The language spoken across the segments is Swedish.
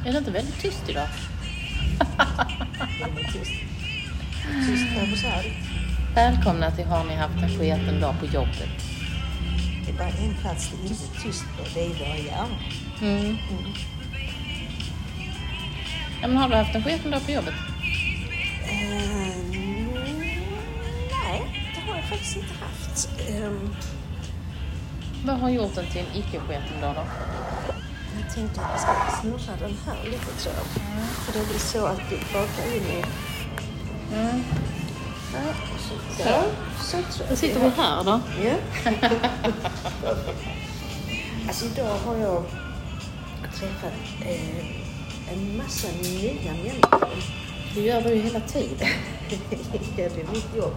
Är det inte väldigt tyst idag? Det är tyst. Tyst överallt. Välkomna till Har ni haft en sketen dag på jobbet? Det är bara en plats det är inte tyst på. Det är våra hjärnor. Ja, men har du haft en sketen dag på jobbet? Nej, det har jag faktiskt inte haft. Vad har gjort den till en icke-sketen dag då? Jag tänkte att jag ska snurra den här lite, tror jag. För det blir så att vi bakar in i... Ja, så tror jag. Då sitter vi här då. Ja. Alltså idag har jag träffat en massa nya människor. Det gör du ju hela tiden. Ja, det är mitt jobb.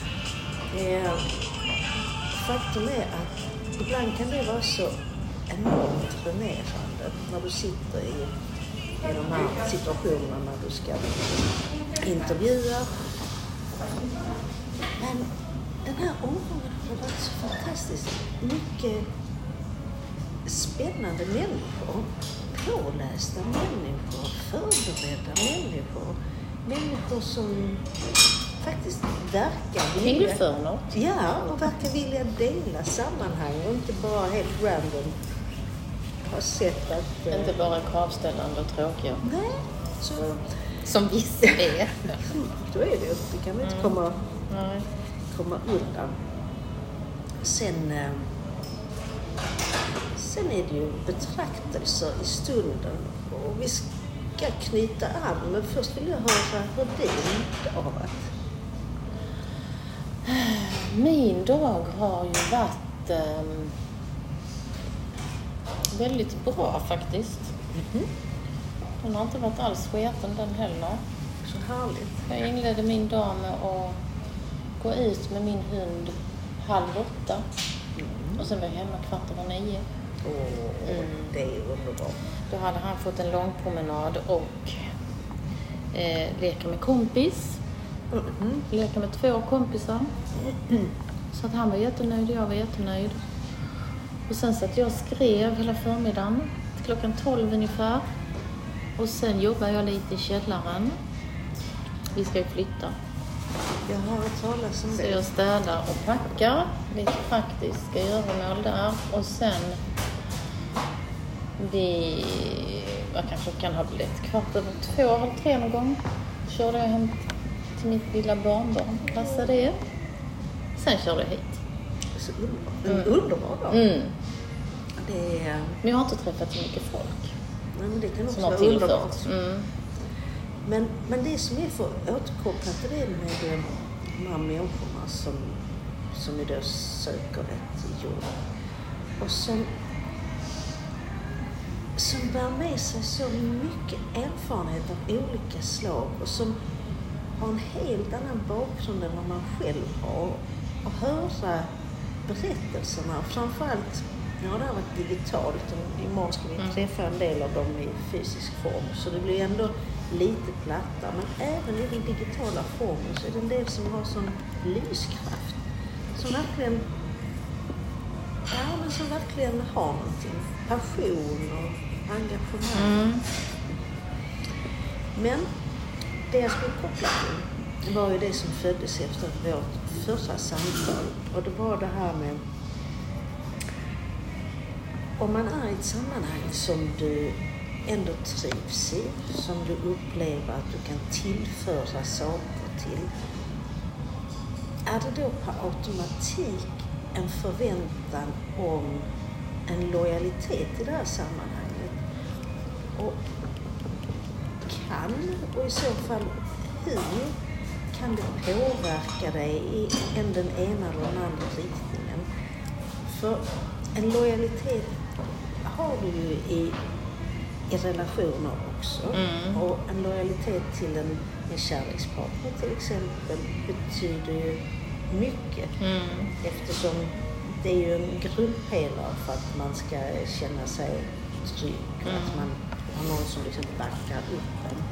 Faktum är att ibland kan det vara så enormt dränerande när du sitter i de här situationerna när du ska intervjua. Men den här omgången har varit så fantastiskt mycket spännande människor, pålästa människor, förberedda människor, människor som faktiskt verkar vilja... Vill du för något? Ja, och verkar vilja dela sammanhang och inte bara helt random ha sett att... Inte bara kravställande och tråkiga. Nej, så... Som vissa är. Då är det ju. Det kan vi inte komma undan. Sen är det ju betraktelser i stunden. Och vi ska knyta an. Men först vill jag höra hur din dag har varit. Min dag har ju varit väldigt bra faktiskt. Den har inte varit alls sketen den heller. Så härligt. Jag inledde min dag med att gå ut med min hund 7:30. Och sen var jag hemma 8:15. Det är underbart. Då hade han fått en lång promenad och leka med kompis. Leka med 2 kompisar. Så att han var jättenöjd och jag var jättenöjd. Och sen satt jag och skrev hela förmiddagen till klockan 12 ungefär. Och sen jobbar jag lite i källaren. Vi ska ju flytta. Jag har hört talas om det. Så jag städar och packar. Lite praktiska göromål där. Och sen vad kanske kan ha blivit 2:15, 3 någon gång. Körde jag hem till mitt lilla barnbarn. Passade det. Sen körde jag hit. Så underbart då. Men jag har inte träffat så mycket folk. Nej, men det kan också som vara har tillfört. underbart. Men det som är för återkopplat till det med de här människorna som idag söker ett jobb och som bär med sig så mycket erfarenhet av olika slag och som har en helt annan bakgrund än vad man själv har, och höra berättelserna, framförallt när det har varit digitalt, och imorgon ska vi träffa en del av dem i fysisk form, så det blir ändå lite platta, men även i den digitala formen så är det en del som har sån lyskraft, som verkligen har någonting, passion och engagemang. Men det jag skulle koppla till var ju det som föddes efter vårt första samtal, och det var det här med om man är i ett sammanhang som du ändå trivs i, som du upplever att du kan tillföra saker till, är det då på automatik en förväntan om en lojalitet i det här sammanhanget? Och i så fall hur kan det påverka dig i den ena eller den andra riktningen? För en lojalitet har du ju i relationer också. Och en lojalitet till en kärlekspartner till exempel betyder ju mycket. Eftersom det är ju en grundpelare för att man ska känna sig trygg. Att man har någon som liksom backar upp en.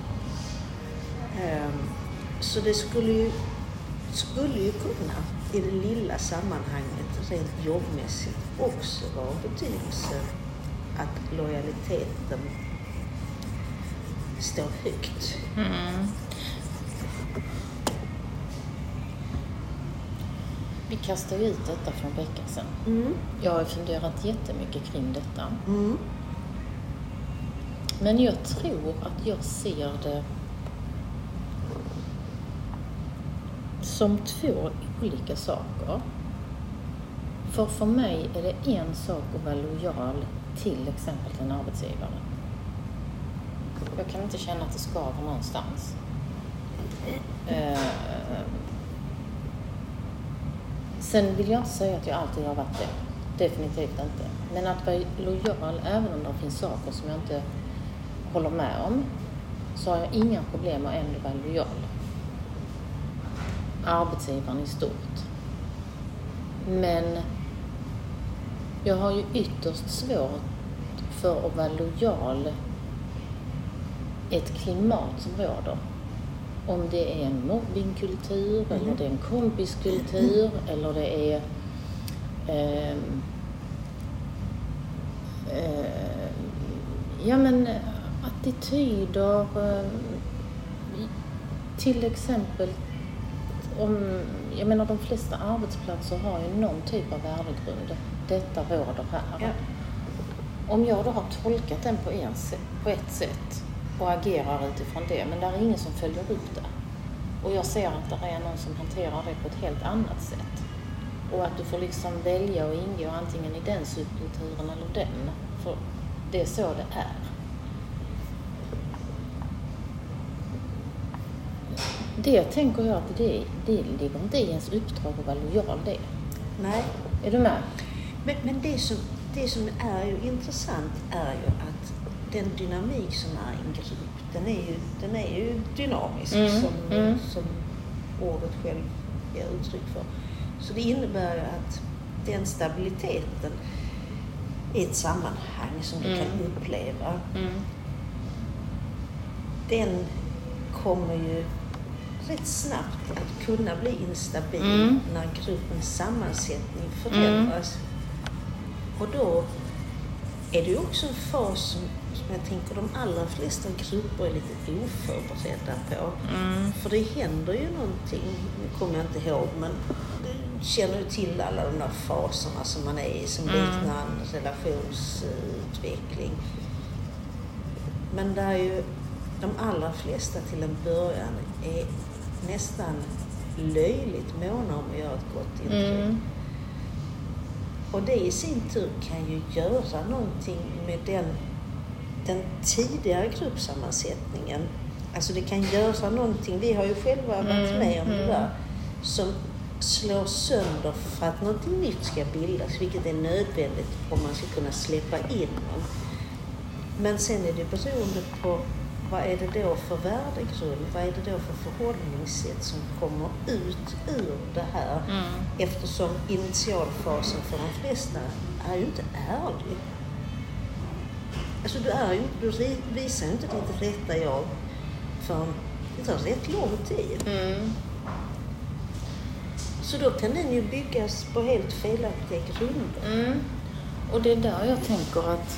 Så det skulle ju kunna i det lilla sammanhanget rent jobbmässigt också vara betydelse att lojaliteten står högt. Vi kastade ut detta för en vecka sedan. Jag har funderat jättemycket kring detta. Men jag tror att jag ser det som 2 olika saker. För mig är det en sak att vara lojal till exempel till en arbetsgivare. Jag kan inte känna att det skaver någonstans. Sen vill jag inte säga att jag alltid har varit det. Definitivt inte. Men att vara lojal, även om det finns saker som jag inte håller med om, så har jag inga problem att ändå vara lojal. Arbetsgivaren i stort. Men jag har ju ytterst svårt för att vara lojal i ett klimat som råder. Om det är en mobbingkultur, eller det är en kompiskultur, eller det är attityder. Till exempel, de flesta arbetsplatser har ju någon typ av värdegrund. Detta råder här. Ja. Om jag då har tolkat den på ett sätt och agerar utifrån det, men där är ingen som följer upp det. Och jag ser att det är någon som hanterar det på ett helt annat sätt. Och att du får liksom välja och ingå antingen i den subkulturen eller den. För det är så det är. Det tänker jag att det ligger inte i ens uppdrag att vara lojal det. Nej. Är du med? Men det som är ju intressant är ju att den dynamik som är i en grupp, den är ju dynamisk som ordet själv ger uttryck för. Så det innebär ju att den stabiliteten i ett sammanhang som du kan uppleva, den kommer ju rätt snabbt att kunna bli instabil när gruppens sammansättning förändras. Och då är det ju också en fas som jag tänker de allra flesta grupper är lite oförberedda på. För det händer ju någonting, nu kommer jag inte ihåg, men du känner ju till alla de där faserna som man är i som liknar en relationsutveckling. Men där ju de allra flesta till en början är nästan löjligt måna om att göra ett gott intryck. Och det i sin tur kan ju göra någonting med den tidigare gruppsammansättningen. Alltså det kan göra någonting, vi har ju själva varit med om det där, som slår sönder för att någonting nytt ska bildas, vilket är nödvändigt om man ska kunna släppa in dem. Men sen är det beroende på vad är det då för värdegrund, vad är det då för förhållningssätt som kommer ut ur det här. Eftersom initialfasen för de flesta är ju inte ärlig. Alltså du visar ju inte ditt rätta jag för det tar rätt lång tid. Så då kan den ju byggas på helt felaktiga grunder. Och det är där jag tänker att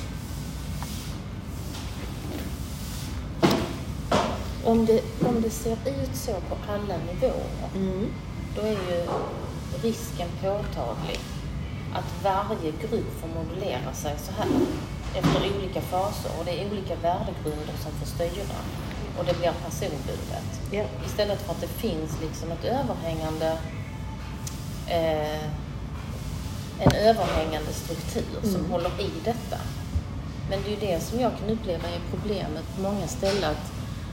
om det ser ut så på alla nivåer, då är ju risken påtaglig att varje grupp får modulera sig så här efter olika faser, och det är olika värdegrunder som får styra, och det blir personbudet. Yeah. Istället för att det finns liksom en överhängande struktur som håller i detta. Men det är ju det som jag kan uppleva är problemet på många ställen, att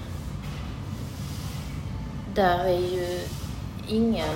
där är ju ingen,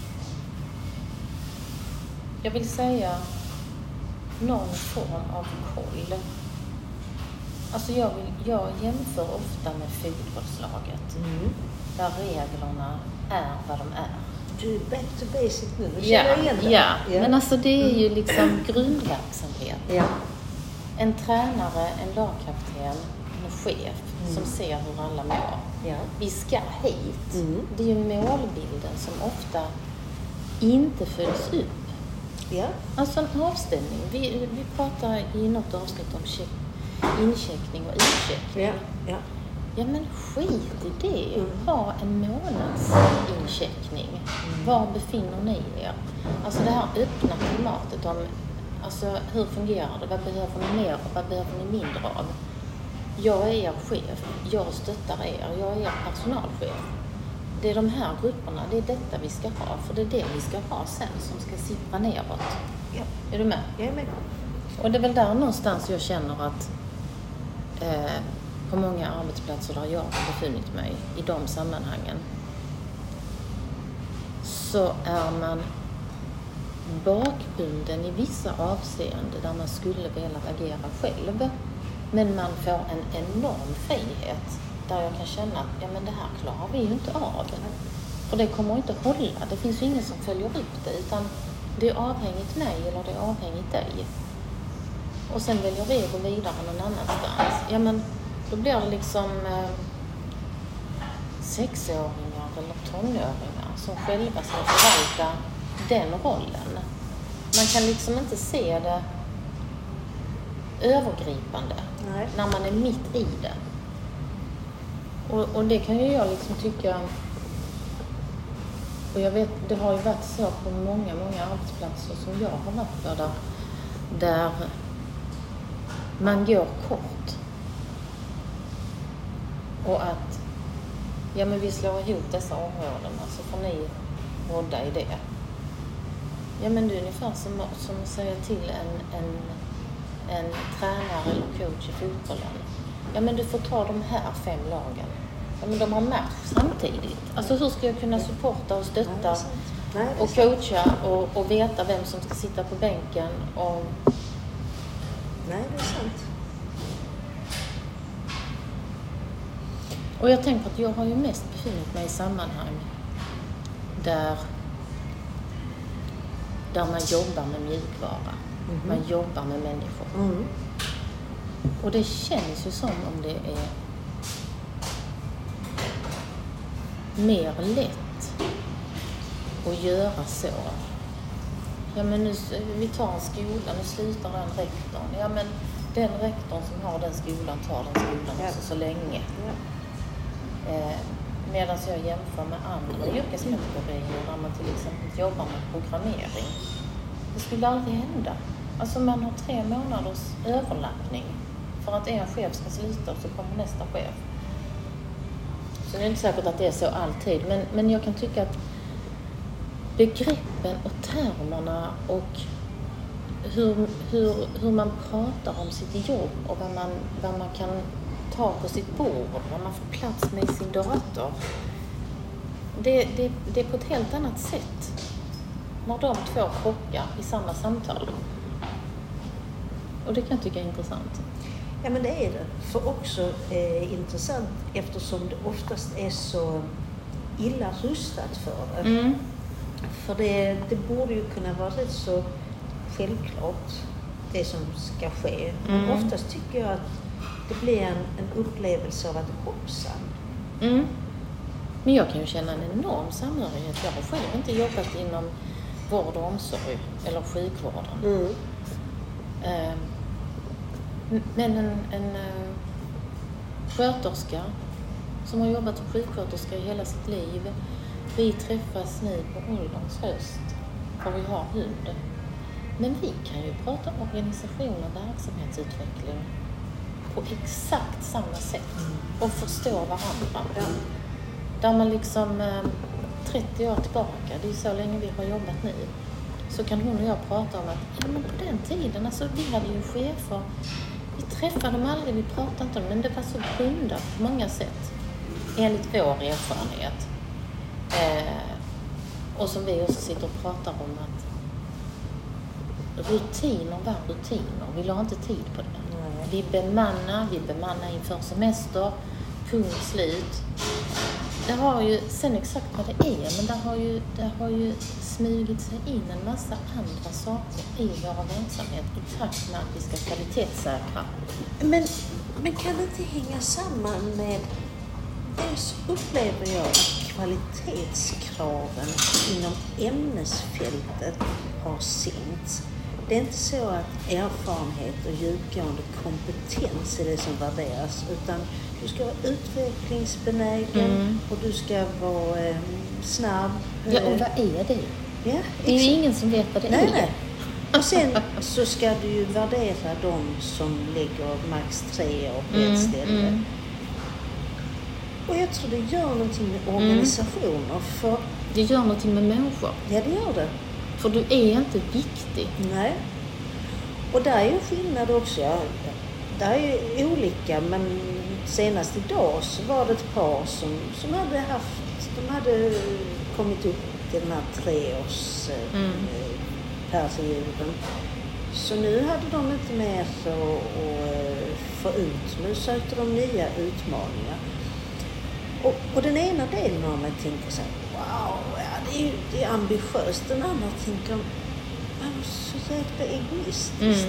jag vill säga, någon form av koll. Alltså jag jämför ofta med fotbollslaget, där reglerna är vad de är. Du är back to basic nu. Ja. Men alltså det är ju liksom grundverksamhet. Ja. En tränare, en lagkapten, en chef som ser hur alla mår. Ja. Vi ska hit. Det är ju målbilden som ofta inte följs upp. Ja. Alltså en avställning. Vi pratar i något avsnitt om incheckning och utcheckning. Ja. Ja. Ja men skit i det. Ha en månadsincheckning. Var befinner ni er? Alltså det här öppna klimatet om alltså, hur fungerar det? Vad behöver ni mer och vad behöver ni mindre av? Jag är er chef. Jag stöttar er. Jag är er personalchef. Det är de här grupperna, det är detta vi ska ha. För det är det vi ska ha sen som ska sippra neråt. Ja. Är du med? Jag är med. Och det är väl där någonstans jag känner att på många arbetsplatser där jag har befunnit mig i de sammanhangen så är man bakbunden i vissa avseenden där man skulle vilja agera själv. Men man får en enorm frihet där jag kan känna att ja, men det här klarar vi ju inte av. För det kommer inte att hålla. Det finns ju ingen som följer upp det utan det är avhängigt mig eller det är avhängigt dig. Och sen väljer vi att gå vidare någon annanstans. Ja men då blir det liksom 6-åringar eller tonåringar som själva ska förvalta den rollen. Man kan liksom inte se det övergripande. Nej. När man är mitt i det. Och det kan ju jag liksom tycka, och jag vet, det har ju varit så på många arbetsplatser som jag har varit på där man går kort. Och att, ja men vi slår ihop dessa områden så får ni råda i det. Ja men det är ungefär som att säga till en tränare eller coach i fotbollen. Ja men du får ta de här 5 lagen. Ja men de har match samtidigt. Alltså hur ska jag kunna supporta och stötta och coacha och veta vem som ska sitta på bänken och... Nej, det är sant. Och jag tänker att jag har ju mest befunnit mig i sammanhang där man jobbar med mjukvara. Man jobbar med människor. Och det känns ju som om det är mer lätt att göra så. Ja men nu, vi tar en skola, nu slutar den rektorn. Ja men den rektorn som har den skolan tar den skolan också så länge. Ja. Medan jag jämför med andra yrkeskategorier där man till exempel jobbar med programmering. Det skulle aldrig hända. Alltså man har 3 månaders överlappning för att en chef ska sluta och så kommer nästa chef. Så det är inte säkert att det är så alltid. Men jag kan tycka att begreppen och termerna och hur man pratar om sitt jobb och vad man kan ta på sitt bord, vad man får plats med i sin dator. Det är på ett helt annat sätt när de 2 krockar i samma samtal. Och det kan jag tycka är intressant. Ja men det är det. För också intressant eftersom det oftast är så illa rustat för det. För det borde ju kunna vara rätt så självklart det som ska ske. Men oftast tycker jag att det blir en upplevelse av att hoppsan. Men jag kan ju känna en enorm samhörighet. Jag har själv inte jobbat inom vård och omsorg eller sjukvården. Men en sköterska som har jobbat som sjuksköterska i hela sitt liv. Vi träffas nu på ålderns höst för vi har hund. Men vi kan ju prata om organisation och verksamhetsutveckling på exakt samma sätt och förstå varandra. Där man liksom 30 år tillbaka, det är så länge vi har jobbat nu, så kan hon och jag prata om att ja, men på den tiden, alltså vi hade ju chefer, vi träffade dem aldrig, vi pratade inte om det, men det var så grundat på många sätt enligt vår erfarenhet. Och som vi också sitter och pratar om att rutiner var rutiner, vi la inte tid på det. Vi bemannar inför semester, punkt slut. Det har ju, sen exakt vad det är, men det har ju smugit sig in en massa andra saker i våra verksamhet i takt med att vi ska kvalitetssäkra. Men kan det inte hänga samman med dels upplever jag att kvalitetskraven inom ämnesfältet har sänkts. det är inte så att erfarenhet och djupgående kompetens är det som värderas, utan du ska vara utvecklingsbenägen och du ska vara snabb. Ja, och vad är det? Ja, det är ju ingen som vet vad det är. Nej. Och sen så ska du ju värdera de som ligger max 3 år på ett ställe. Och jag tror det gör någonting med organisationer. För det gör någonting med människor. Ja, det gör det. För du är inte viktig. Nej. Och där är ju skillnad också. Ja. Där är ju olika, men senast idag så var det ett par som hade kommit upp till den här 3-års perioden. Så nu hade de inte mer att få ut. Nu sökte de nya utmaningar. Och den ena delen av mig tänker så här, wow, ja, det är ambitiöst. Den andra tänker, så jäkla egoistiskt.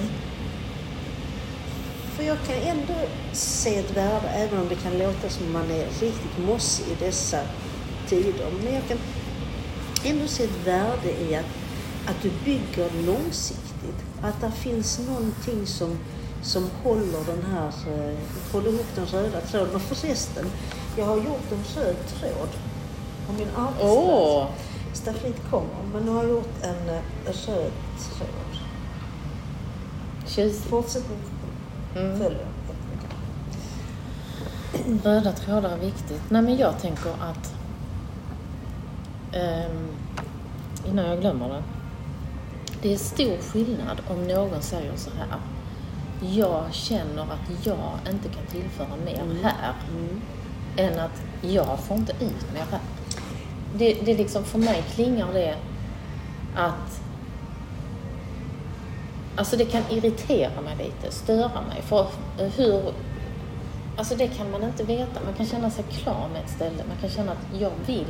För jag kan ändå se ett värde, även om det kan låta som man är riktigt mossig i dessa tider. Men jag kan ändå se ett värde i att du bygger långsiktigt. Att det finns någonting som håller ihop den röda tråden. Och förresten, jag har gjort en röd tråd på min arbetsplats. Staffan kommer, men nu har jag gjort en röd tråd. Fortsättning följer. Röda trådar är viktigt. Nej, men jag tänker att innan jag glömmer det. Det är stor skillnad om någon säger så här: jag känner att jag inte kan tillföra mer här än att jag får inte ut mer här. Det liksom, för mig klingar det att alltså det kan irritera mig lite, störa mig. För hur, alltså det kan man inte veta. Man kan känna sig klar med ett ställe. Man kan känna att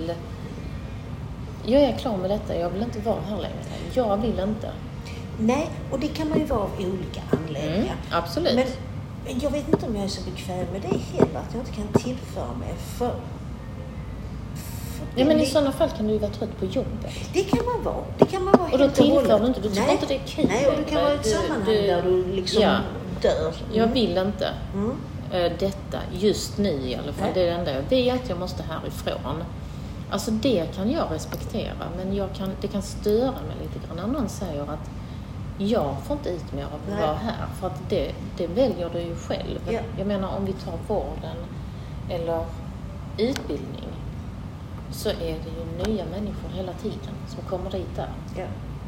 jag är klar med detta, jag vill inte vara här längre. Jag vill inte. Nej, och det kan man ju vara av olika anledningar. Absolut. Men jag vet inte om jag är så bekväm med det heller, att jag inte kan tillföra mig. För ja, men i sådana fall kan du ju vara trött på jobbet. Det kan man vara. Och då tillför du inte, du tycker inte det är kul. Nej, och det kan vara ett sammanhang där du liksom dör. Jag vill inte detta just nu i alla fall. Det är det enda jag vet, jag måste härifrån. Alltså det kan jag respektera, men det kan störa mig lite grann när någon säger att jag får inte ut mer av att vara här. För att det väljer du ju själv. Ja. Jag menar, om vi tar vården eller utbildning, så är det ju nya människor hela tiden som kommer dit där. Ja.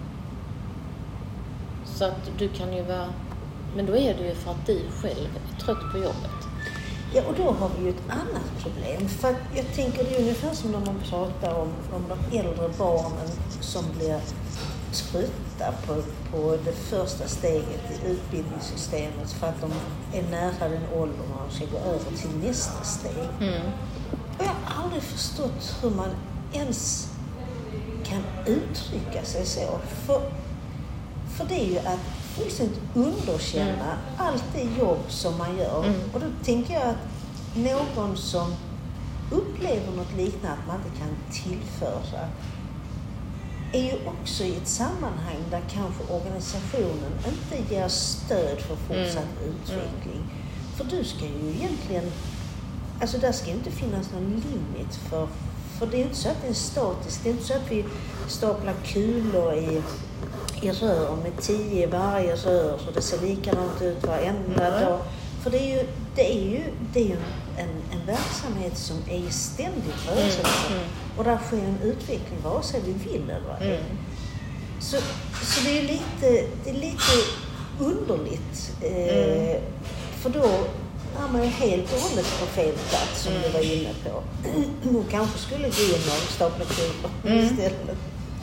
Så att du kan ju vara... Men då är det ju för att du själv är trött på jobbet. Ja, och då har vi ju ett annat problem. För att jag tänker det är ungefär som när man pratar om de äldre barnen som blir trötta på det första steget i utbildningssystemet för att de är nära den åldern när de ska gå över till nästa steg. Och jag har aldrig förstått hur man ens kan uttrycka sig så. För det är ju att fullständigt underkänna allt det jobb som man gör. Och då tänker jag att någon som upplever något liknande, att man inte kan tillföra, är ju också i ett sammanhang där kanske organisationen inte ger stöd för fortsatt utveckling. För du ska ju egentligen, alltså där ska ju inte finnas någon limit för det är inte så att det är statiskt. Det är inte så att vi staplar kulor i rör med 10 varje rör så det ser likadant ut varenda dag. För det är ju en verksamhet som är i ständigt rörelse. Och där sker en utveckling vare sig vi vill eller ej. Så det är lite underligt. För då är man ju helt och hållet på fel plats som du var inne på. Hon kanske skulle gå in och stapla kulor istället.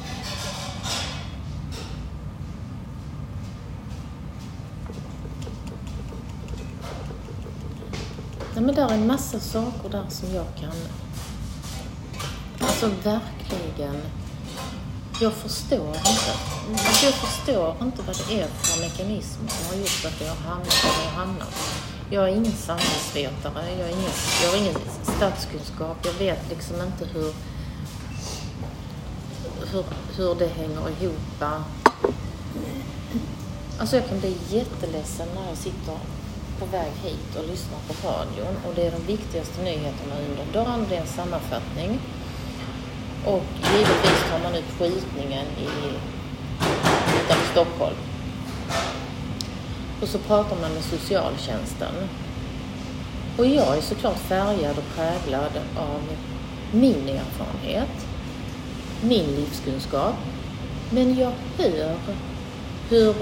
Ja, men där är en massa saker där som jag kan... Alltså verkligen... Jag förstår inte. Jag förstår inte vad det är för mekanismer som har gjort att jag har hamnat där jag har hamnat. Jag är ingen samhällsvetare. Jag har ingen statskunskap. Jag vet liksom inte hur det hänger ihop. Alltså jag kan bli jätteledsen när jag sitter på väg hit och lyssnar på radion. Och det är de viktigaste nyheterna under dagen. Det är en sammanfattning. Och givetvis tar man ut skjutningen utanför Stockholm. Och så pratar man med socialtjänsten. Och jag är såklart färgad och präglad av min erfarenhet, min livskunskap. Men jag hör hur,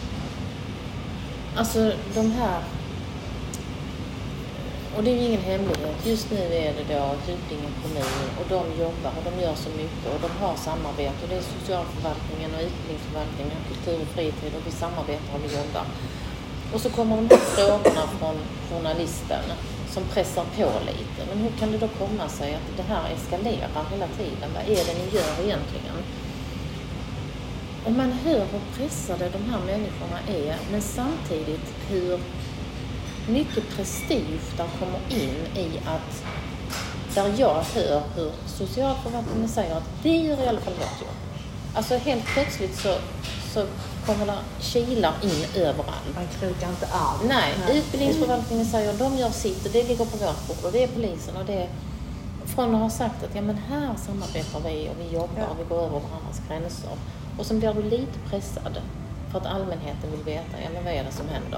alltså de här, och det är ju ingen hemlighet, just nu är det då Huddinge kommun och de jobbar och de gör så mycket och de har samarbete och det är socialförvaltningen och utbildningsförvaltningen, kultur och fritid och vi samarbetar och vi jobbar. Och så kommer de här frågorna från journalisten som pressar på lite. Men hur kan det då komma sig att det här eskalerar hela tiden? Vad är det ni gör egentligen? Och man hör hur pressade de här människorna är, men samtidigt hur mycket prestige där kommer in i att, där jag hör hur socialförvaltningen säger att det gör i alla fall vårt jobb. Alltså helt plötsligt så kommer det kilar in överallt. Man krokar inte av. Nej, utbildningsförvaltningen säger att de gör sitt och det ligger på vårt bord och det är polisen och det är från att ha sagt att ja men här samarbetar vi och vi jobbar och vi går över varandras gränser. Och så blir du lite pressad för att allmänheten vill veta, ja men vad är det som händer?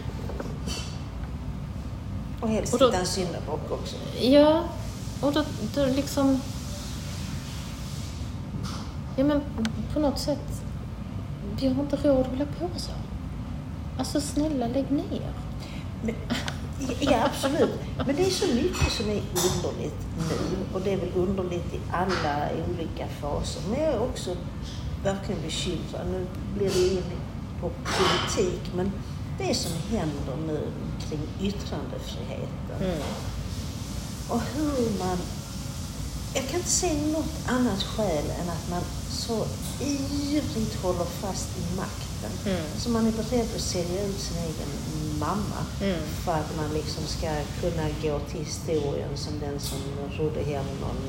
Och helst hitta en syndabock också. Ja, och då liksom, ja men på något sätt, vi har inte råd att hålla på så. Alltså snälla, lägg ner. Men, ja, absolut. Men det är så mycket som är underligt nu. Och det är väl underligt i alla olika faser. Men jag är också verkligen bekymrad. Nu blir det in på politik. Men det som händer nu kring yttrandefriheten. Och hur man... Jag kan inte se något annat skäl än att man så ivrigt håller fast i makten. Så man är beredd att sälja ut sin egen mamma för att man liksom ska kunna gå till historien som den som rodde hem någon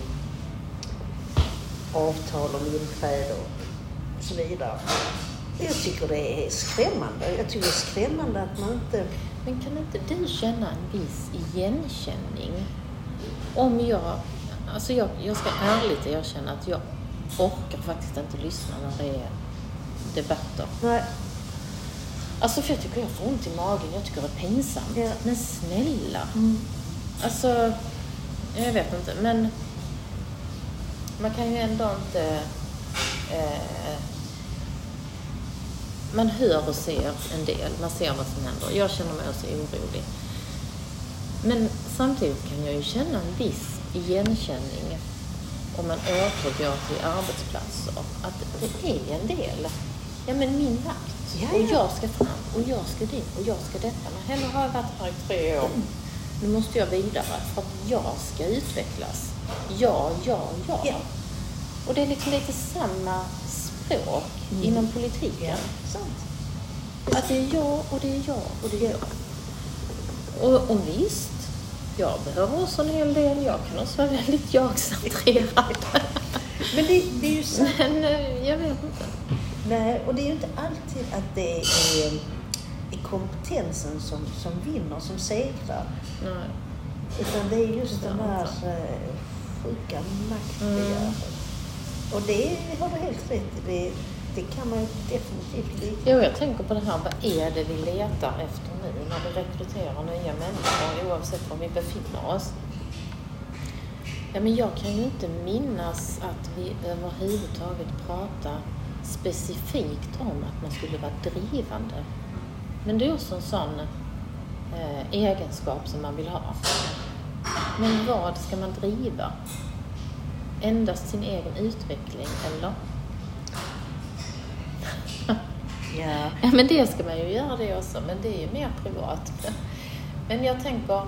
avtal om inträde och så vidare. Jag tycker det är skrämmande. Jag tycker det är skrämmande att man inte... Men kan inte du känna en viss igenkänning? Om jag ska ärligt erkänna att jag orkar faktiskt inte lyssna när det är debatter. Nej. Alltså för jag tycker jag får ont i magen, jag tycker det är pinsamt. Ja. Men snälla. Alltså, jag vet inte, men man kan ju ändå inte... man hör och ser en del, man ser vad som händer. Jag känner mig också orolig. Men samtidigt kan jag ju känna en viss igenkänning om man återgår till arbetsplatser. Att det är en del. Ja men min makt. Ja. Och jag ska fram. Och jag ska dit. Och jag ska detta. Men heller har jag varit här i 3 år. Nu måste jag vidare. För att jag ska utvecklas. Ja. Och det är liksom lite samma språk inom politiken. Ja, sant. Att det är jag och det är jag och det är jag. Och visst, jag behöver också en hel del. Jag kan också vara väldigt jag-centrerad. Men det är ju sant. Men jag vet inte. Nej, och det är ju inte alltid att det är kompetensen som vinner, som segrar. Nej. Utan det är just den här sjuka makten. Och det har du helt rätt i. Det kan man ju definitivt lika. Jo, jag tänker på det här. Vad är det vi letar efter nu när vi rekryterar nya människor oavsett var vi befinner oss? Ja, men jag kan ju inte minnas att vi överhuvudtaget pratar specifikt om att man skulle vara drivande. Men det är också en sån egenskap som man vill ha. Men vad ska man driva? Endast sin egen utveckling, eller? Ja, men det ska man ju göra det också. Men det är ju mer privat. Men jag tänker...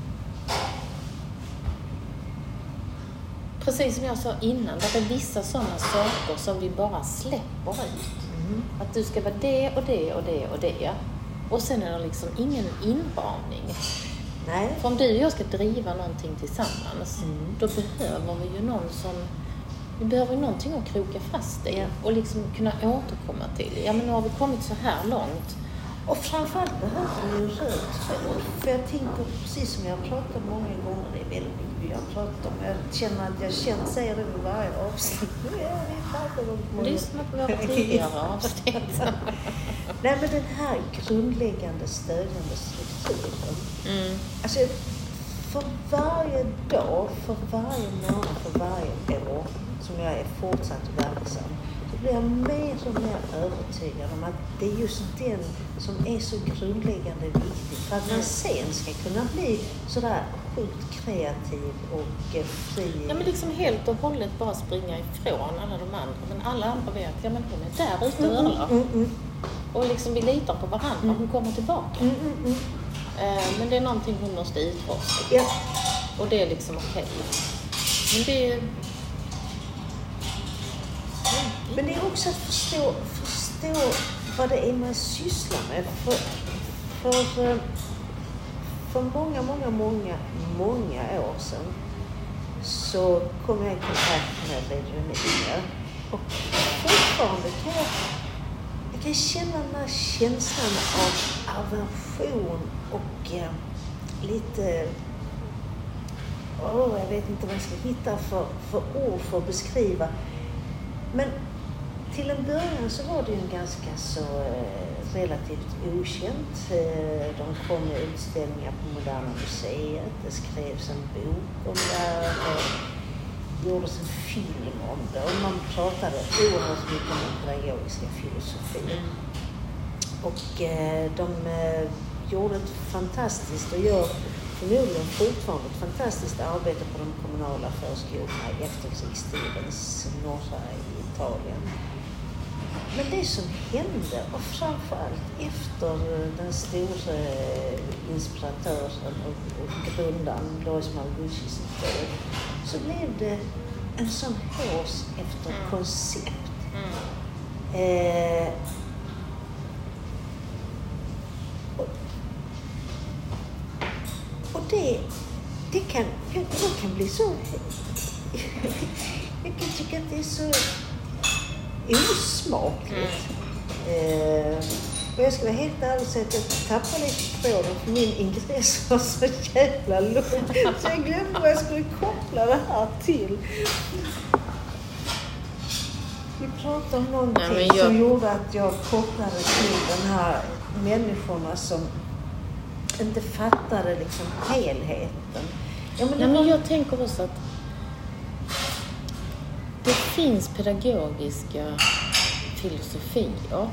Precis som jag sa innan, det är vissa sådana saker som vi bara släpper ut. Att du ska vara det och det och det och det. Och sen är det liksom ingen inramning. Nej. För om du och jag ska driva någonting tillsammans, då behöver vi ju någon som Vi behöver ju någonting att kroka fast i och liksom kunna återkomma till. Ja, men nu har vi kommit så här långt. Och framförallt behöver vi ju röd tråd. För jag tänker, precis som jag har pratat många gånger, det är väldigt mycket jag pratar om. Jag känner att jag säger det vid varje avsnitt. Lyssna på våra tidigare avsnitt. Nej, men den här grundläggande stödjande strukturen. Alltså, för varje dag, för varje månad, för varje år som jag är fortsatt verksam, så blir jag mer och mer övertygad om att det är just den som är så grundläggande viktig för att man sen ska kunna bli sådär sjukt kreativ och fri. Ja, men liksom helt och hållet bara springa ifrån alla de andra. Men alla andra vet, ja men hon är där ute och örlar. Och liksom vi litar på varandra, hon kommer tillbaka. Men det är någonting hon måste utforska. Ja. Och det är liksom okej. Men det är... Men det är också att förstå vad det är man sysslar med. För många år sedan så kom jag i kontakt med Regionia. Och fortfarande jag kan känna den här känslan av aversion och lite... jag vet inte vad jag ska hitta för ord för att beskriva. Men till en början så var det ju en ganska så relativt okänt. De kom med utställningar på Moderna Museet. Det skrevs en bok om det. Det gjordes en film om det. Och man pratade oerhört mycket om den pedagogiska filosofin. Och de gjorde ett fantastiskt och gör förmodligen fortfarande ett fantastiskt arbete på de kommunala förskolorna i efterkrigstidens norra Italien. Men det som hände, och framförallt efter den stora inspiratören och grundaren Lois Malguscis död, så blev det en sån hås efter koncept. Och det kan bli så... Jag kan tycka att det är så osmakligt. Och jag ska vara helt ärlig och säga att jag tappar lite på den för min ingress var så jävla lång. Så jag glömde vad jag skulle koppla det här till. Vi pratade om någonting som gjorde att jag kopplade till den här människorna som inte fattade liksom helheten. Men jag tänker också att det finns pedagogiska filosofier.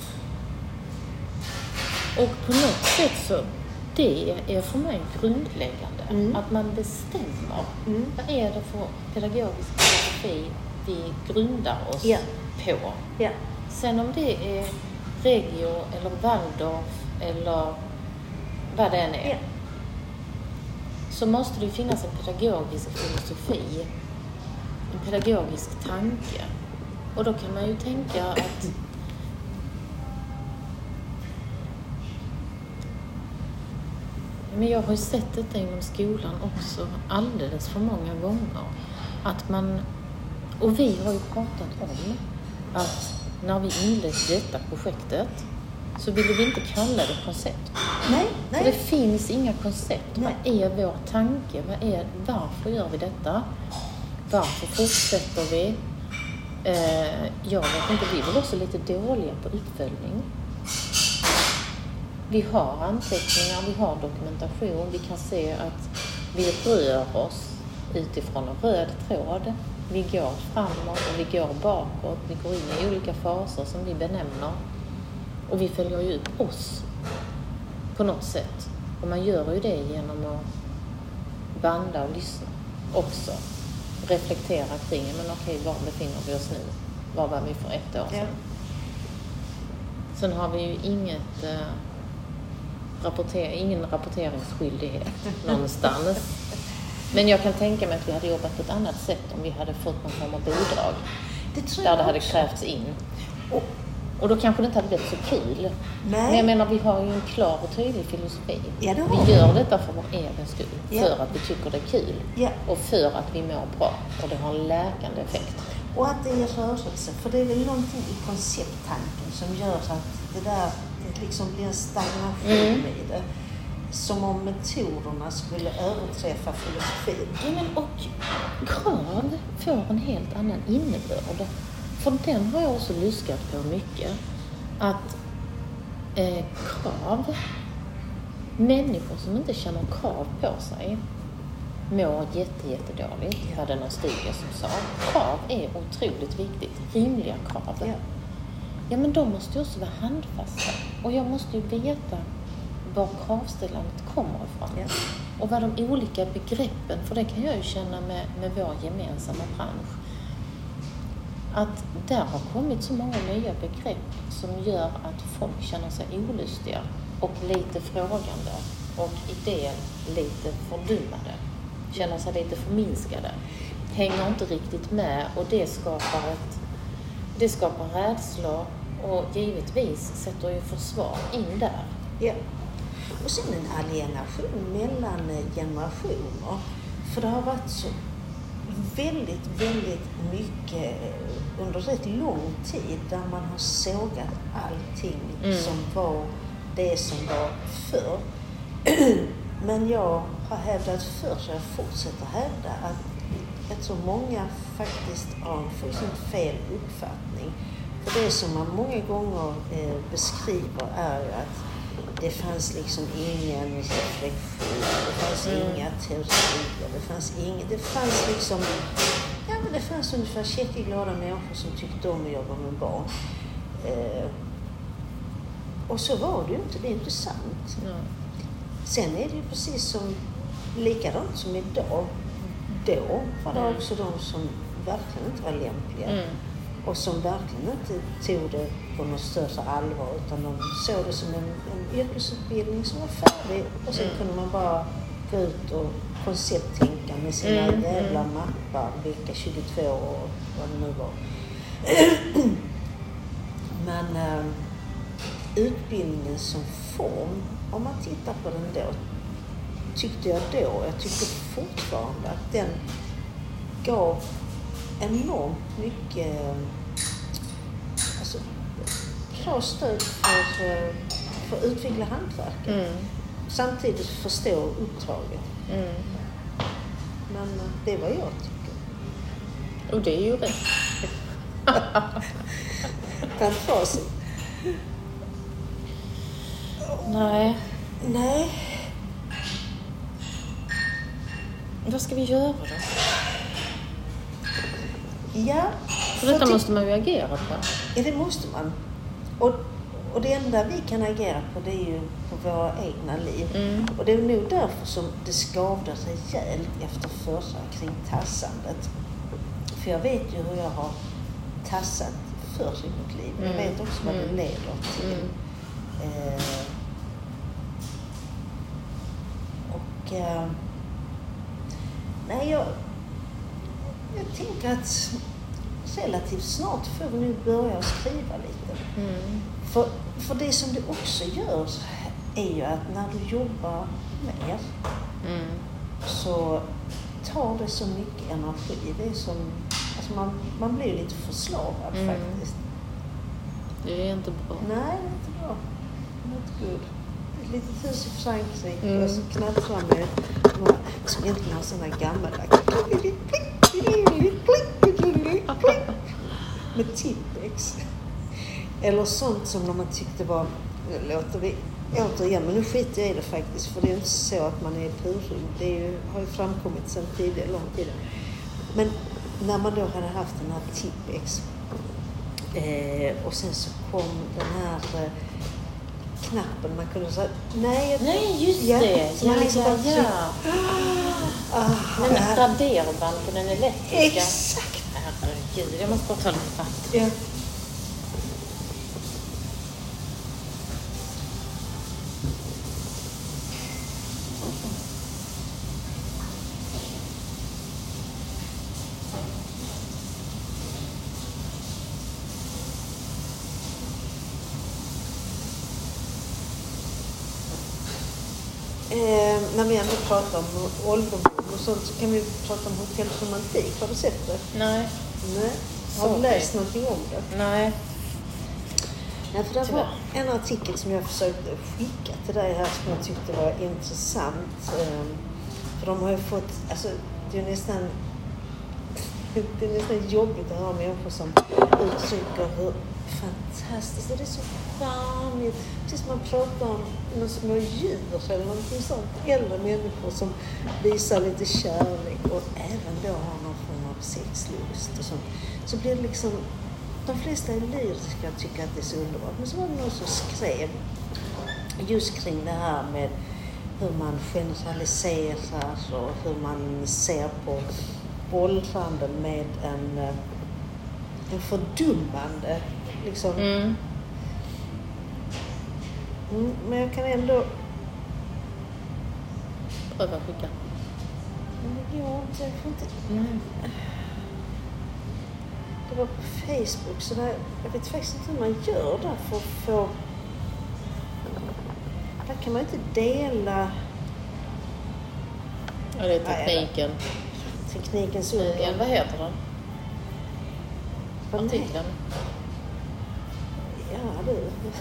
Och på något sätt så det är för mig grundläggande. Att man bestämmer vad är det för pedagogisk filosofi vi grundar oss på. Ja. Sen om det är Reggio eller Waldorf eller vad det än är, så måste det finnas en pedagogisk filosofi, en pedagogisk tanke. Och då kan man ju tänka att men jag har ju sett detta inom skolan också alldeles för många gånger. Att man, och vi har ju pratat om att när vi inledde detta projektet så ville vi inte kalla det koncept. Nej. För det finns inga koncept. Nej. Vad är vår tanke? Varför gör vi detta? Varför fortsätter vi? Jag vet inte, vi är väl också lite dåliga på uppföljning. Vi har anteckningar, vi har dokumentation. Vi kan se att vi rör oss utifrån en röd tråd. Vi går framåt och vi går bakåt. Vi går in i olika faser som vi benämner. Och vi följer ju upp oss på något sätt. Och man gör ju det genom att banda och lyssna också. Reflektera kring, men okej, var befinner vi oss nu? Var var vi för ett år sedan? Ja. Sen har vi ju ingen rapporteringsskyldighet någonstans. Men jag kan tänka mig att vi hade jobbat på ett annat sätt om vi hade fått någon form av bidrag. Där det hade krävts in. Och då kanske det inte hade blivit så kul. Nej. Men jag menar, vi har ju en klar och tydlig filosofi. Ja, vi gör detta för vår egen skull. Ja. För att vi tycker det är kul. Ja. Och för att vi mår bra. Och det har en läkande effekt. Och att det är rörelse. För det är väl någonting i koncepttanken som gör att det liksom blir en stagnation i det. Som om metoderna skulle överträffa filosofin. Ja, men och krav får en helt annan innebörd. För den har jag också luskat på mycket. Att krav, människor som inte känner krav på sig mår jättedåligt. Jag hade någon studie som sa krav är otroligt viktigt. Rimliga krav. Ja, men de måste ju också vara handfasta. Och jag måste ju veta var kravställandet kommer ifrån. Ja. Och vad de olika begreppen, för det kan jag ju känna med vår gemensamma bransch. Att där har kommit så många nya begrepp som gör att folk känner sig olustiga och lite frågande och i det lite fördummade. Känner sig lite förminskade. Hänger inte riktigt med och det skapar rädslor och givetvis sätter ju försvar in där. Ja. Och sen en alienation mellan generationer. För det har varit så väldigt mycket under rätt lång tid där man har sågat allting som var det som var förr. Men jag har hävdat förr, så jag fortsätter hävda att jag tror många faktiskt har en fullständigt fel uppfattning. För det som man många gånger beskriver är ju att det fanns liksom ingen reflektion, det fanns inga teorier, det fanns liksom, ja men det fanns ungefär käckeglada människor som tyckte om att jobba med barn. Och så var det ju inte, det är inte sant. Ja. Sen är det ju precis som, likadant som idag, då var det också de som verkligen inte var lämpliga. Och som verkligen inte tog det på något större allvar utan de såg det som en yrkesutbildning som var färdig och sen kunde man bara gå ut och koncepttänka med sina jävla mappar, vilka 22 år vad det nu var. Men utbildningen som form, om man tittar på den då, tyckte jag då, jag tycker fortfarande att den gav enormt mycket bra stöd för att utveckla hantverket. Samtidigt förstå uppdraget. Men det är vad jag tycker. Och det är ju rätt. Kan facit. Nej. Vad ska vi göra då? Ja. För detta måste man ju agera på. Ja, det måste man. Och det enda vi kan agera på, det är ju på våra egna liv. Och det är nog därför som det skavde rejält efter förra kring tassandet. För jag vet ju hur jag har tassat förr i mitt liv. Jag vet också vad det leder till. Jag tänker att relativt snart får vi nu börja skriva lite. För det som det också gör är ju att när du jobbar mer så tar det så mycket energi. Det är som, alltså man blir lite förslavad faktiskt. Det är inte bra. Nej, det är inte bra. Not good. Ett litet hus i Frankrike och så knattrar med några som egentligen har sådana gammaldags med Tipp-Ex. Eller sånt som när man tyckte var, låter vi återigen, men nu skiter jag i det faktiskt, för det är inte så att man är purung. Det har ju framkommit sedan tidigare, lång tid. Men när man då hade haft den här Tipp-Ex och sen så kom den här knappen, man kunde säga nej just det. Så man liksom men raderband på den elektriska. Exakt. Herregud, jag måste bara ta lite fatt. Ja. När vi ändå pratar om ålderdomshem och sånt så kan vi prata om hotellromantik. Har du sett det? Nej. Har du läst någonting om det? Nej. Nej, för det var en artikel som jag försökte skicka till dig här som jag tyckte var intressant. För de har ju fått, alltså det är nästan jobbigt att höra människor som uttrycker hur fantastiskt, och det är så charmigt. Precis som man pratar om några små djur eller någonting sånt. Äldre människor som visar lite kärlek och även då har någon form av sexlust och sånt. Så blir det liksom, de flesta är lyriska och tycker att det är så underbart. Men så var det någon som skrev just kring det här med hur man generaliserar och hur man ser på åldrande med en fördummande liksom. Men jag kan ändå pröva skicka. Men det går inte, jag får inte. Det var på Facebook så där, jag vet faktiskt inte hur man gör där för att få. Där kan man inte dela. Ja, det är tekniken. Teknikens under. Vad heter den? Artikeln. Ja, du.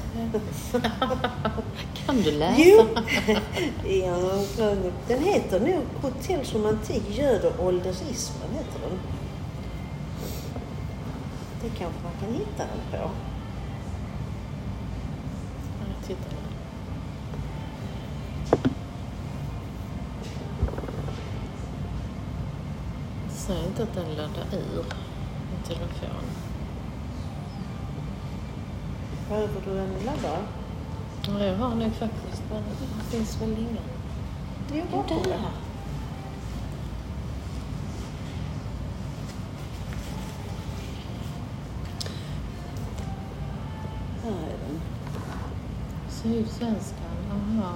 Kan du läsa? Jo. Ja, den heter nog Hotells romantik, göd och ålderismen heter den. Det kanske man kan hitta den på. Jag tittar. Säg inte att den laddar ur en telefon. Behöver du en laddare? Ja, jag har nu faktiskt, men det finns väl ingen. Det är bara där. Här är den. Sydsvenskan, aha.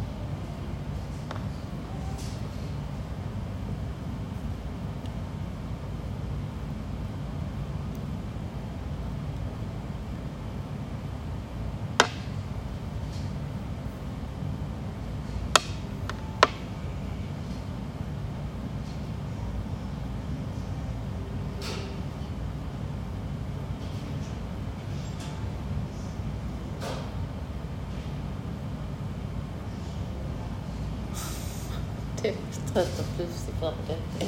Det är trött och plötsligt för det.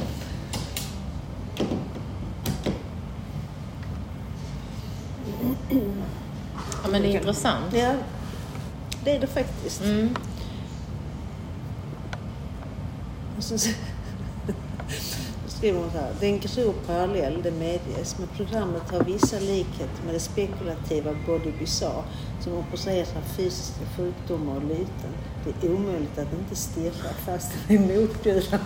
Ja, men det är intressant. Ja, det är det faktiskt. Och så skriver hon så här. Det är en grov parallell, det medges, men programmet har vissa likheter med det spekulativa Body Bizarre som opererar fysiska sjukdomar och lyten. Det är omöjligt att inte stirra fast det är motbjudande.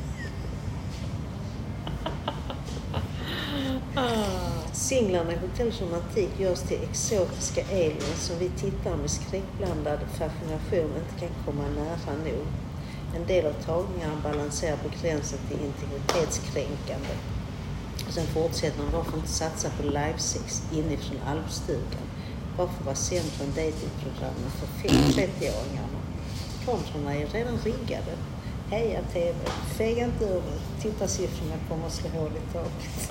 Singlarna i Hotells romantik görs till exotiska aliens som vi tittar med skräckblandad fascination inte kan komma nära nog. En del av tagningarna balanserar på gränsen till integritetskränkande. Och sen fortsätter man, varför inte satsa på livesex inifrån alpstugan? Varför vara centrum datingprogrammen för 30-åringarna? Kamerorna är redan riggade. Heja TV, fega inte ur det. Tittarsiffrorna kommer att slå hål i taket.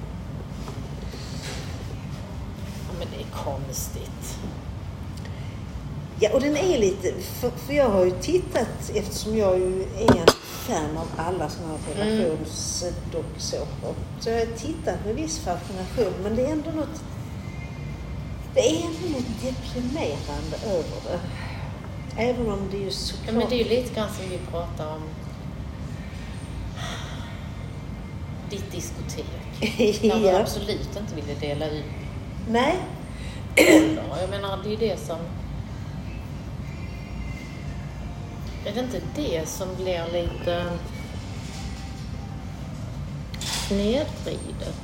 Men det är konstigt. Ja, och den är lite, för jag har ju tittat, eftersom jag ju är en fan av alla sådana här relationsdokusåpor. Så jag har tittat med viss fascination, men det är ändå något deprimerande över det. Även om det är ju såklart. Ja, men det är ju lite grann som vi pratar om ditt diskotek. Där du absolut inte ville dela ut. Nej. Jag menar, det är det som... Är det inte det som blir lite snedvridet?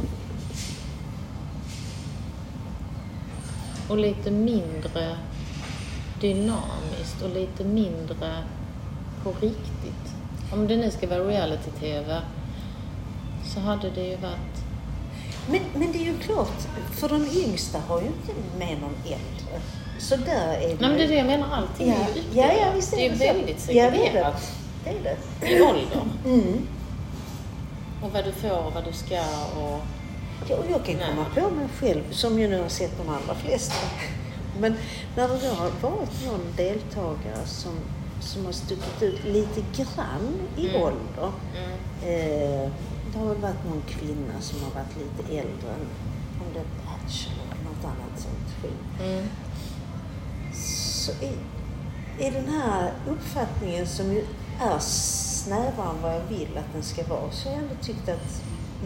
Och lite mindre dynamiskt och lite mindre på riktigt. Om det nu ska vara reality-tv så hade det ju varit... Men det är ju klart, för de yngsta har ju inte med någon äldre. Så där är det. Nej, men det är det jag menar, allting är ju ja, visst är det är väldigt segregerat. Ja, det är det. I ålder. Mm. Och vad du får och vad du ska och... Och jag kan komma på mig själv, som ju nu har sett de allra flesta. Men när det då har varit någon deltagare som har stuckit ut lite grann i ålder. Det har väl varit någon kvinna som har varit lite äldre än om det är Bachelor eller något annat sånt skit. Så i den här uppfattningen som ju är snävare än vad jag vill att den ska vara, så har jag ändå tyckt att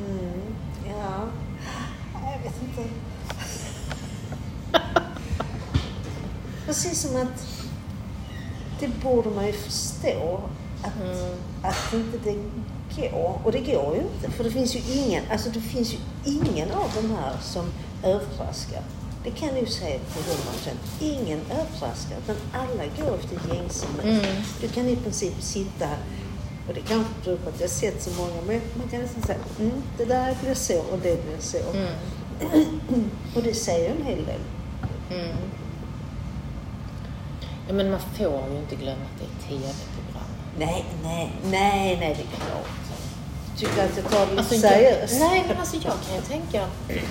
jag vet inte. Precis som att det borde man ju förstå att inte det går. Och det går ju inte. För det finns ju ingen av de här som överraskar. Det kan jag ju säga till 100%. Ingen överraskar. Utan alla går efter gängse. Du kan i princip sitta, och det kanske beror på att jag har sett så många, men man kan nästan säga det där blir så och det blir så. Och det säger en hel del. Ja, men man får ju inte glömma att det är ett tv-program. Nej, det är klart. Tycker att jag tar det lite seriöst. Nej, men alltså jag kan ju tänka...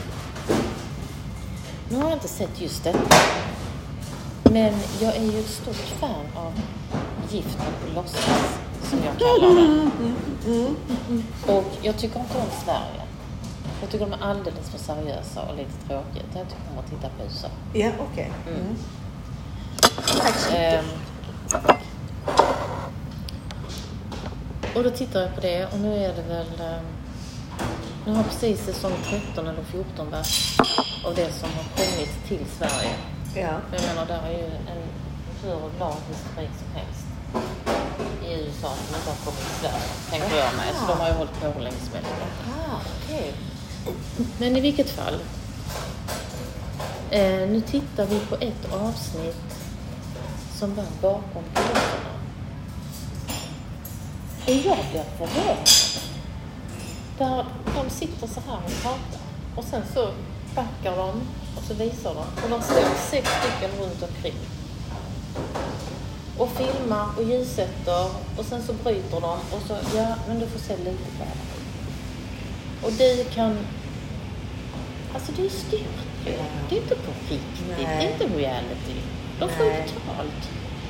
Nu har jag inte sett just detta. Men jag är ju ett stort fan av Gift med låtsas, som jag kallar det. Och jag tycker inte om Sverige. Jag tycker de är alldeles för seriösa och lite tråkiga. Jag tycker om att titta på USA. Ja, okej. Och då tittar jag på det, och nu är det väl... Nu har precis säsong 13 eller 14 varit av det som har kommit till Sverige. Ja. Jag menar, där är ju en hur lång historik som helst i USA som inte har kommit till Sverige, tänker jag mig. Så de har ju hållit på hur länge som helst. Okej. Men i vilket fall, nu tittar vi på ett avsnitt som var bakom piloterna. Och jag blev förvånad. Där de sitter så här och pratar. Och sen så backar de och så visar de. Och de står 6 stycken runt omkring. Och filmar och ljussätter. Och sen så bryter de. Och så, men du får se lite bara. Och du kan... Alltså det är styrt. Det är inte på riktigt. Det är inte reality. De får ju betalt.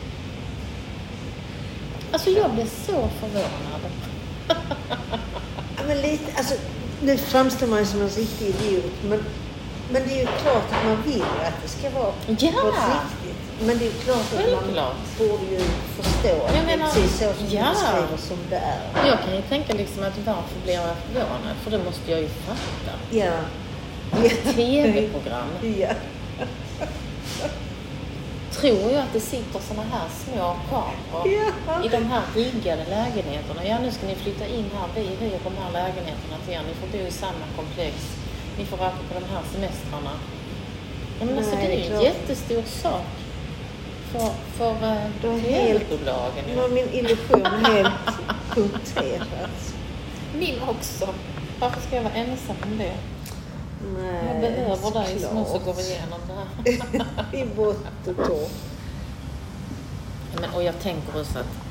Alltså jag blev så förvånad. Ja, men lite, alltså, nu framstår man som en riktig idiot. Men det är ju klart att man vill att det ska vara på riktigt. Men det är ju klart att man borde ju förstå att det är precis så som man skriver som det är. Jag kan ju tänka liksom att varför blir jag förvånad? För det måste jag ju fatta. Ja. TV-program. Ja. Tror jag att det sitter såna här små kameror i de här riggade lägenheterna. Ja, nu ska ni flytta in här. Vi hyr de här lägenheterna till er. Ni får bo i samma komplex. Ni får röka på de här semestrarna. Ja, men alltså, det är ju en jättestor sak för TV-bolagen. Nu har min illusion helt punkterats. Min också. Varför ska jag vara ensam om det? Nej, jag behöver dig som också går igenom det här. I bort och tå. Men, och jag tänker också att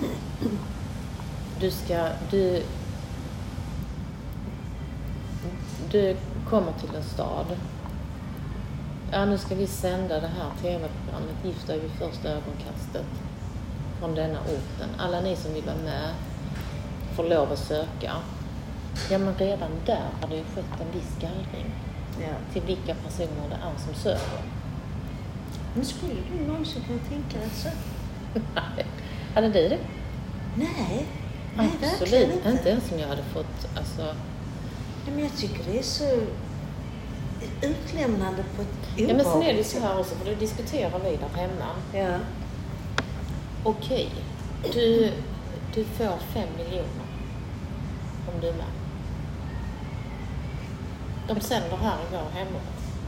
du kommer till en stad. Ja, nu ska vi sända det här tv-programmet Gifta vid första ögonkastet från denna orten. Alla ni som vill vara med får lov att söka. Ja, men redan där har det ju skett en viss gallring till vilka personer det är som söker. Men skulle du någonsin kunna tänka dig så? Nej. Hade du det? Nej. Absolut inte ens som jag hade fått, alltså... Men jag tycker det är så utlämnande på ett obehagligt. Ja, men sen är det så här också, för det diskuterar vi där hemma. Ja. Okej, du får 5 miljoner om du är med. De sänder här i vår hemort.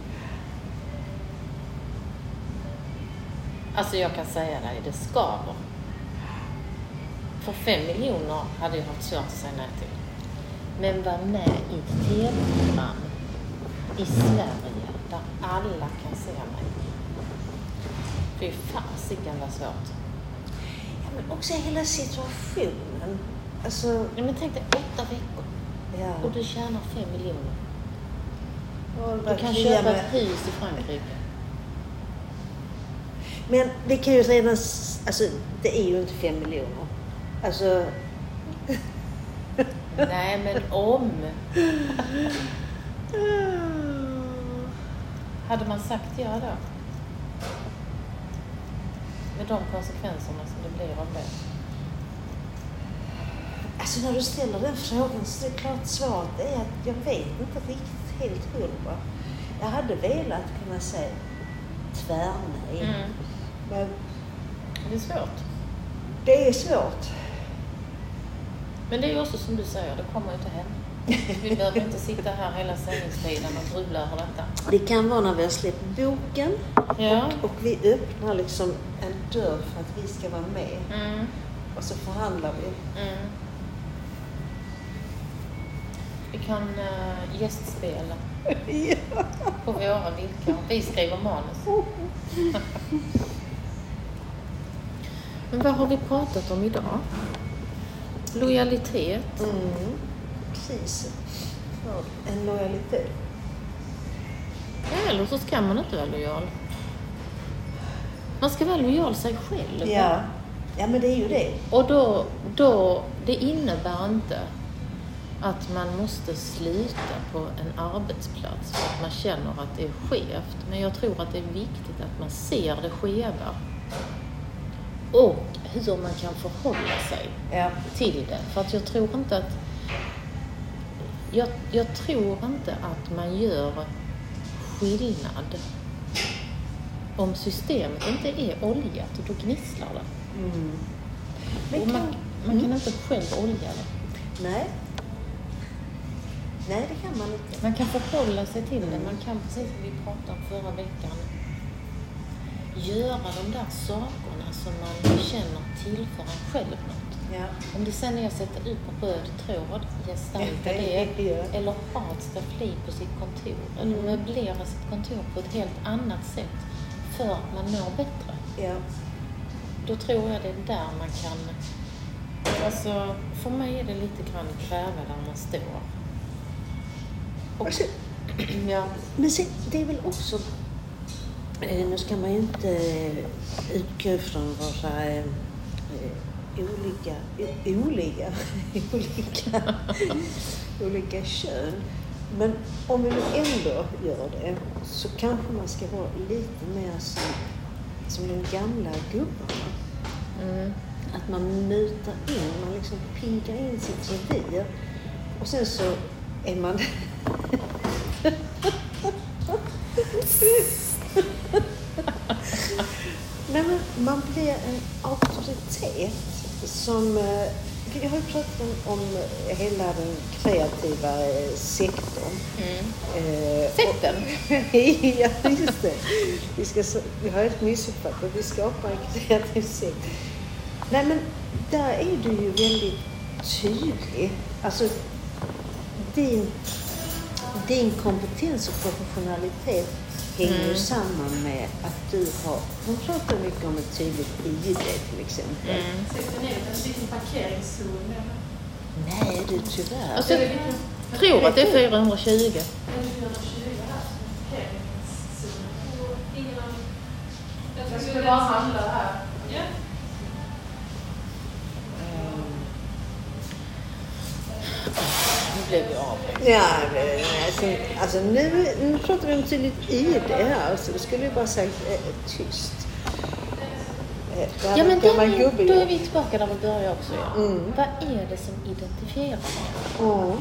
Alltså jag kan säga dig, det skaver. För 5 miljoner hade jag haft svårt att säga nej till. Men var med i ett tv-program i Sverige där alla kan se mig. Det är fasiken vad svårt. Ja, men också hela situationen. Alltså... Ja, men tänk dig 8 veckor. Ja. Och du tjänar 5 miljoner. Du kan köpa ett hus i Frankrike. Men det kan ju redan, alltså det är ju inte 5 miljoner. Alltså... Nej, men om. Hade man sagt ja då? Med de konsekvenserna som det blir av det. Alltså när du ställer den frågan så är det klart svaret är att jag vet inte riktigt helt 100. Jag hade velat kunna säga tvärnej. Men det är svårt. Det är svårt. Men det är ju också som du säger, det kommer ju inte hända. Vi behöver inte sitta här hela sändningstiden och grubbla över detta. Det kan vara när vi har släppt boken och vi öppnar liksom en dörr för att vi ska vara med. Och så förhandlar vi. Vi kan gästspela på våra villkor. Vi skriver manus. Men vad har vi pratat om idag? Lojalitet. Precis. En lojalitet. Eller så ska man inte vara lojal. Man ska vara lojal sig själv. Ja, men det är ju det. Och då det innebär inte att man måste sluta på en arbetsplats för att man känner att det är skevt. Men jag tror att det är viktigt att man ser det skeva. Och hur man kan förhålla sig till det. För att jag tror inte att jag tror inte att man gör skillnad om systemet inte är oljat, och då gnisslar det. Men man kan inte själv olja det. Nej, det kan man inte. Man kan förhålla sig till det. Man kan, precis som vi pratade om förra veckan, göra de där sakerna som man känner tillför en själv något. Ja. Om det sen är att sätta ut på röd tråd, gestalta det, eller ha ett staffli på sitt kontor, eller möblera sitt kontor på ett helt annat sätt för att man mår bättre. Ja. Då tror jag det är där man kan, alltså för mig är det lite grann gräva där man står. Och, alltså, men sen, det är väl också, nu ska man ju inte utgå från våra olika kön. Men om vi nu ändå gör det så kanske man ska vara lite mer som de gamla gubbarna. Att man mutar in, man liksom pinkar in sitt revir och sen så är man nej, men man blir en auktoritet som, jag har ju pratat om hela den kreativa sektorn. Sektorn? Ja, just det. Vi har ett missuppfattat, vi skapar en kreativ sektor. Nej, men där är du ju väldigt tydlig. Alltså, din kompetens och professionalitet hänger ju samman med att du har... Hon pratar mycket om ett tydligt ID till exempel. Sitter ni en liten parkeringszon? Nej, du tyvärr. Alltså, jag tror att det är 420. 420 här. Parkeringszon. Jag skulle bara handla här. Ja. Nu blev vi av. Ja, alltså nu pratar vi om tydligt ID här, så det skulle jag bara sagt tyst. Ja, men då är vi tillbaka där vi börjar också. Ja. Vad är det som identifierar mig?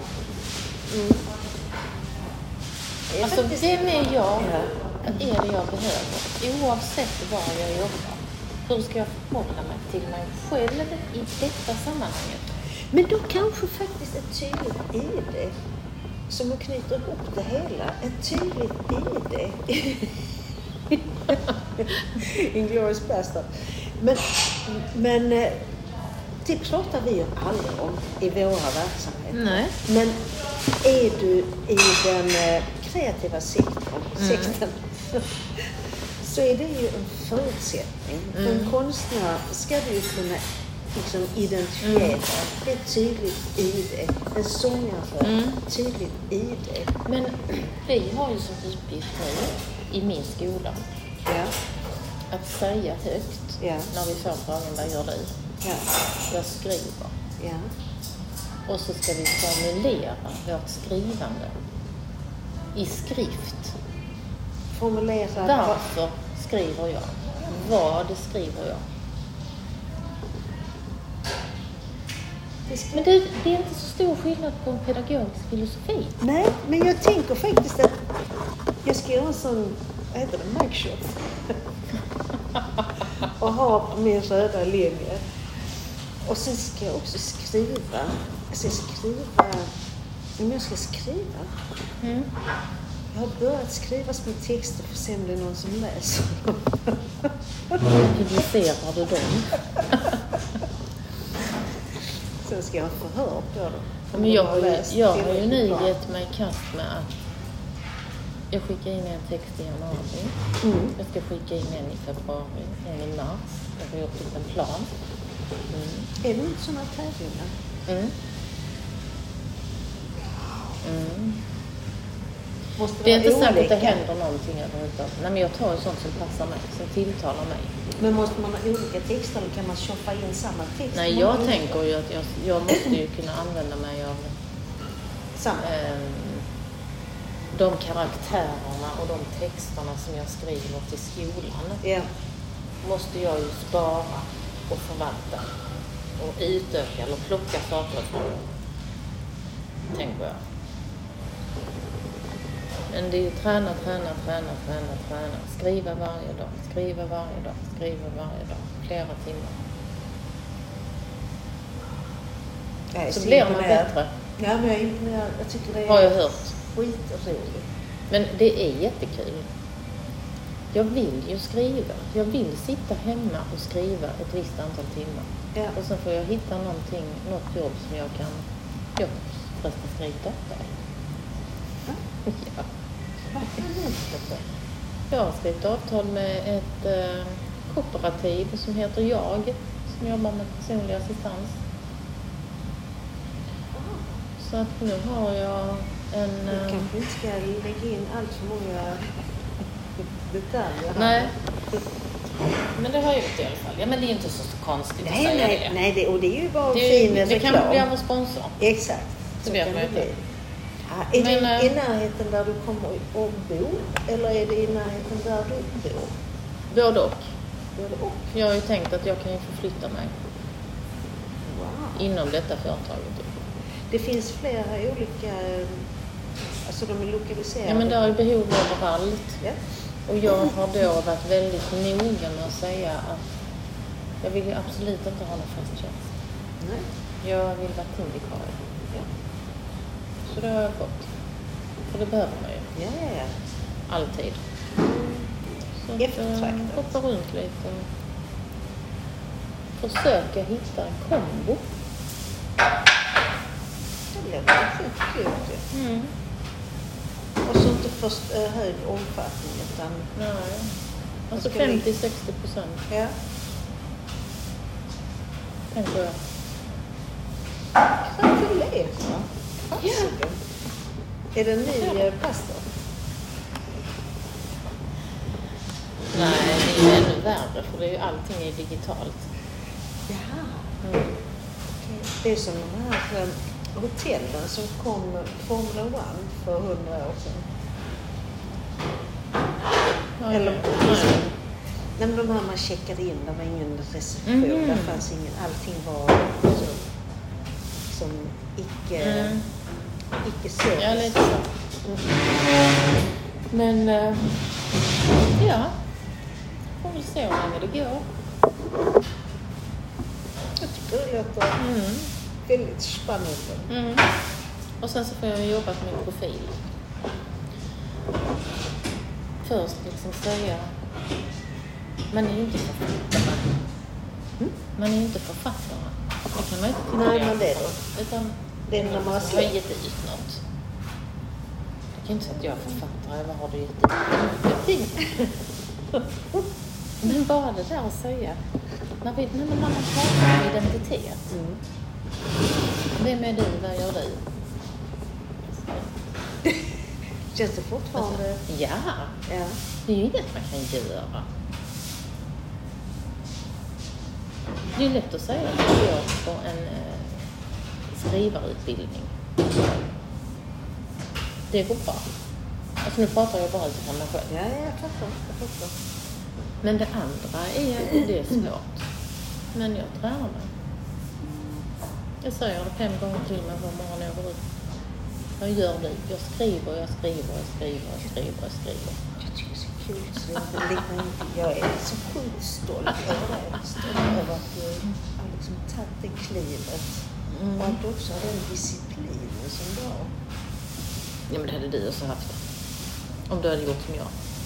Alltså, vem är jag? Vad är det jag behöver? Oavsett var jag jobbar. Hur ska jag förhålla mig till mig själv i detta sammanhanget? Men då kanske faktiskt ett tydligt ID som knyter ihop det hela. Ett tydligt ID. Inglourious Bastard. Men det pratar vi ju aldrig om i våra verksamheter. Nej. Men är du i den kreativa sektorn så är det ju en förutsättning. För en konstnär ska du ju kunna liksom identifiera. Det är ett tydligt ID. En sångare, tydligt ID. Men vi har ju som uppgift nu i min skola att säga högt när vi får frågan, vad gör du? Ja. Jag skriver. Ja. Och så ska vi formulera vårt skrivande i skrift. Formulera. Varför skriver jag? Vad skriver jag? Men det är inte så stor skillnad på en pedagogisk filosofi. Nej, men jag tänker faktiskt att jag ska göra en sån, vad heter det, mugshot. Och ha min röda linje. Och sen ska jag också skriva. Om jag ska skriva. Jag har börjat skriva små texter för att se om det är någon som läser dem. Publicerar du dem? Sen ska jag ha förhör på dem. Men jag har ju nu gett mig i kast med att jag skickar in en text i januari. Jag ska skicka in en i februari, en i mars. Jag har gjort upp en plan. Är det inte sådana tävlingar? Det är inte säkert att det händer någonting överhuvudtaget. Nej, men jag tar ju sånt som passar mig, som tilltalar mig. Men måste man ha olika texter eller kan man shoppa in samma text? Nej, jag tänker ju att jag måste ju kunna använda mig av de karaktärerna och de texterna som jag skriver till skolan. Ja. Måste jag ju spara och förvalta och utöka eller plocka saker från, tänker jag. Men det är ju träna. Skriva varje dag. Flera timmar. Så blir man bättre. Ja, men jag tycker det är... Har jag hört. Skitroligt. Men det är jättekul. Jag vill ju skriva. Jag vill sitta hemma och skriva ett visst antal timmar. Ja. Och sen får jag hitta något jobb som jag kan... Jag förresten skrivit avtal. Ja. Jag har skrivit avtal med ett kooperativ som heter Jag, som jobbar med personlig assistans. Så att nu har jag en... Du kanske inte ska lägga in allt för många detaljer. Nej. Men det har jag gjort i alla fall. Ja, men det är inte så konstigt att säga det. Nej, och det är ju bara fin reklam. Det kan bli av sponsor. Exakt. Så kan det bli. Är det i närheten där du kommer att bo? Eller är det i närheten där du bor? Både och. Jag har ju tänkt att jag kan ju förflytta mig. Wow. Inom detta företaget. Det finns flera olika... Alltså de är lokaliserade. Ja, men det är behov överallt. Ja. Och jag har då varit väldigt noga med att säga att jag vill ju absolut inte ha någon fast tjänst. Nej. Jag vill vara timvikarie. Ja. Så det har jag fått. För det behöver man ju. Ja. Alltid. Så Eftertraktat. Hoppa runt lite och försöka hitta en kombo. Det låter riktigt kul. Och så inte först hög omfattning utan... Nej. Alltså 50-60%. Ja. Tänker jag. Gratulerar. Ja. Är det en ny pastor? Nej, det är ju ännu värre för det är ju allting är digitalt. Jaha. Det är som de här hotellen som kom Formula 1 för 100 år sedan. Ja, Eller nej. men de här man checkade in, det var ingen reception, där fanns ingen, allting var som icke service. Ja, lite så. Men ja, får väl se hur länge det går. Jag tycker det låter väldigt spännande. Och sen så får jag jobba med min profil. Först liksom säga, man är ju inte författare. Man är ju inte författare. Det kan man inte tycka. Nej, men det är det. Utan det är när man har gett ut något. Jag kan inte säga att jag är författare. Vad har du gett ut? Men bara det där att säga. Man vet när man pratar om identitet. Mm. Vem är du? Vad gör du? Känns det fortfarande? Ja, Ja. det är ju inget man kan göra. Det är lätt att säga att jag går på en skrivarutbildning. Det går bra. Alltså nu pratar jag bara utifrån mig själv. Ja, jag fattar. Men det andra är det är svårt. Men jag tränar mig. Jag säger det 5 gånger till mig var morgon jag går ut. Jag gör det. Jag skriver. Jag tycker det är så kul så jag är så sjukt stolt över det. Jag är stolt över att du har liksom tagit det klivet. Och att du också har den disciplinen som du har. Ja, men det hade du också haft. Om du hade gjort som jag.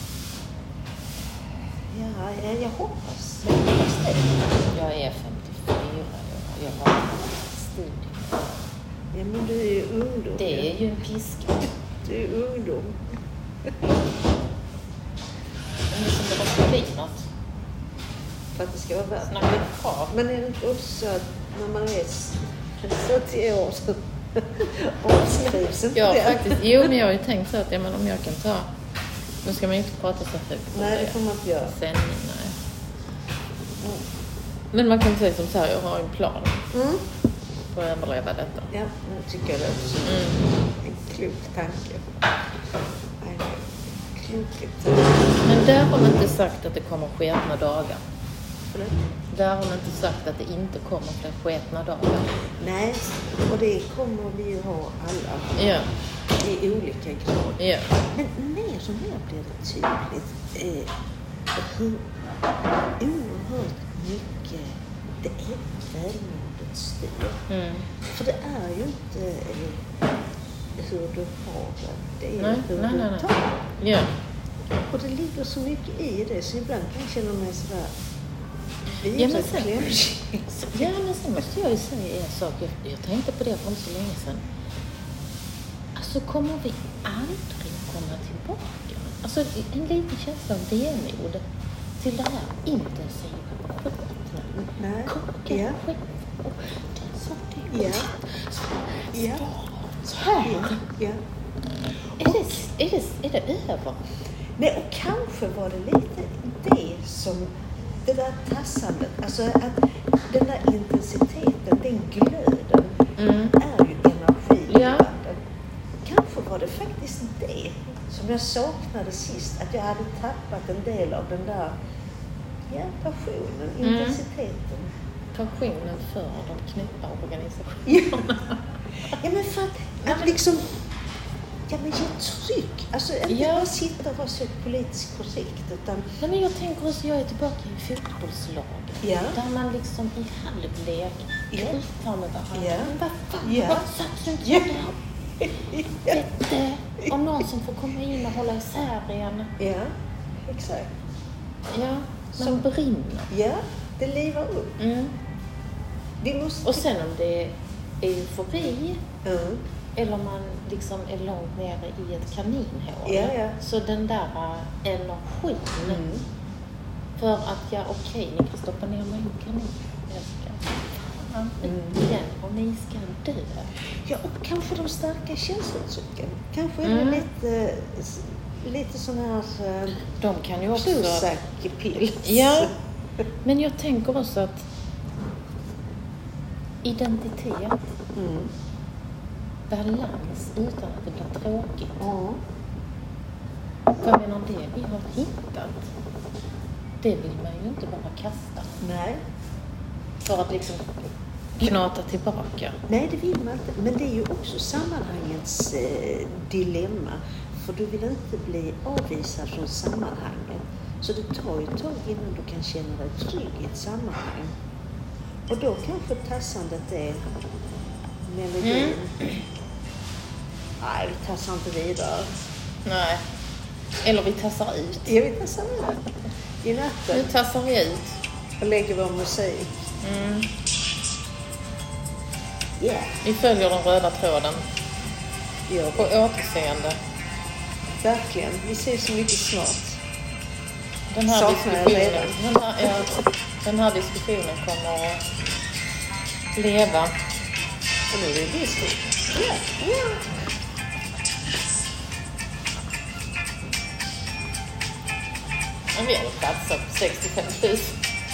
Ja, jag hoppas det. Jag är 54 år. Jag har studier. Ja, men du är ju ungdom. Det är ju en piska. Du är ungdom. Men som det måste bli något. För att det ska vara värt. Snacka bra. Men är det inte också så att när man är 40 år så avskrivs inte Ja, det? faktiskt. Jo, men jag har ju tänkt så att ja, men om jag kan ta... Nu ska man ju inte prata så högt. Nej, det får man inte göra. Sändning, nej. Men man kan säga som så här, jag har en plan Mm. för att överleva detta. Ja, nu tycker jag det också. En klok tanke. Nej, klok tanke. Men där har man inte sagt att det kommer sketna dagar. Förlåt? Där har man inte sagt att det inte kommer fler sketna dagar. Nej, och det kommer vi ju ha alla Ja, i olika grad. ja. Men mer och mer blir det tydligt hur oerhört mycket det är välmåendet styr. För det är ju inte hur du har det, det är Nej, hur nej, du nej, nej. tar det. Ja. Och det ligger så mycket i det så ibland kan jag känna mig sådär Ja, men sen, klämskig. ja, men sen måste jag ju säga en sak. Jag tänkte på det för inte så länge sedan. Alltså kommer vi aldrig komma tillbaka? Alltså en liten känsla av vemod till det här intensiva skiten. Nej, Koka ja. skit. Och det är så Ja. dyrt. Ja. Så här. Ja. Är det över? Nej, och kanske var det lite det som det där tassandet, alltså att den där intensiteten, den glöden är ju energi. Ja. Kanske var det faktiskt det som jag saknade sist, att jag hade tappat en del av den där passionen, intensiteten. Passionen för de knäppa organisationerna. Ja, men för att liksom, ja men ge tryck. Alltså inte bara sitta och vara så politiskt korrekt utan... Nej, men jag tänker också, jag är tillbaka i fotbollslaget. Ja. Där man liksom i halvlek kritar med varandra. Ja. Men vad fan, Ja. vad satt du inte Ja. där? Vet du, om någon som får komma in och hålla isär en. Ja, exakt. Ja, man Som- brinner. Ja, det livar upp. Vi måste... Och sen om det är eufori Mm. eller man liksom är långt nere i ett kaninhål. Ja, ja. Så den där energin. För att okej, ni kan stoppa ner mig i kanin. Jag ska igen och ni ska dö. Ja, och kanske de starka känslouttrycken. Kanske är det lite sån här De kan ju också... Prozac-pills. Ja, men jag tänker också att identitet, balans utan att det blir tråkigt. Ja. För jag menar, det vi har hittat, det vill man ju inte bara kasta. Nej. För att liksom knata tillbaka. Nej, det vill man inte. Men det är ju också sammanhangets dilemma. För du vill inte bli avvisad från sammanhanget. Så det tar ju ett tag innan du kan känna dig trygg i ett sammanhang. Och då kanske tassandet är melodin. Nej, vi tassar inte vidare. Nej. Eller vi tassar ut. Ja, vi tassar vidare. I Nu natten tassar vi ut. och lägger vår musik. Yeah. Vi följer den röda tråden. Ja, På återseende. verkligen. Vi ses så mycket snart. Den här Saknar jag diskussionen. redan. Den här, den här diskussionen kommer att leva. Och nu är det disco. Ja. Men vi har platsat på 65 000.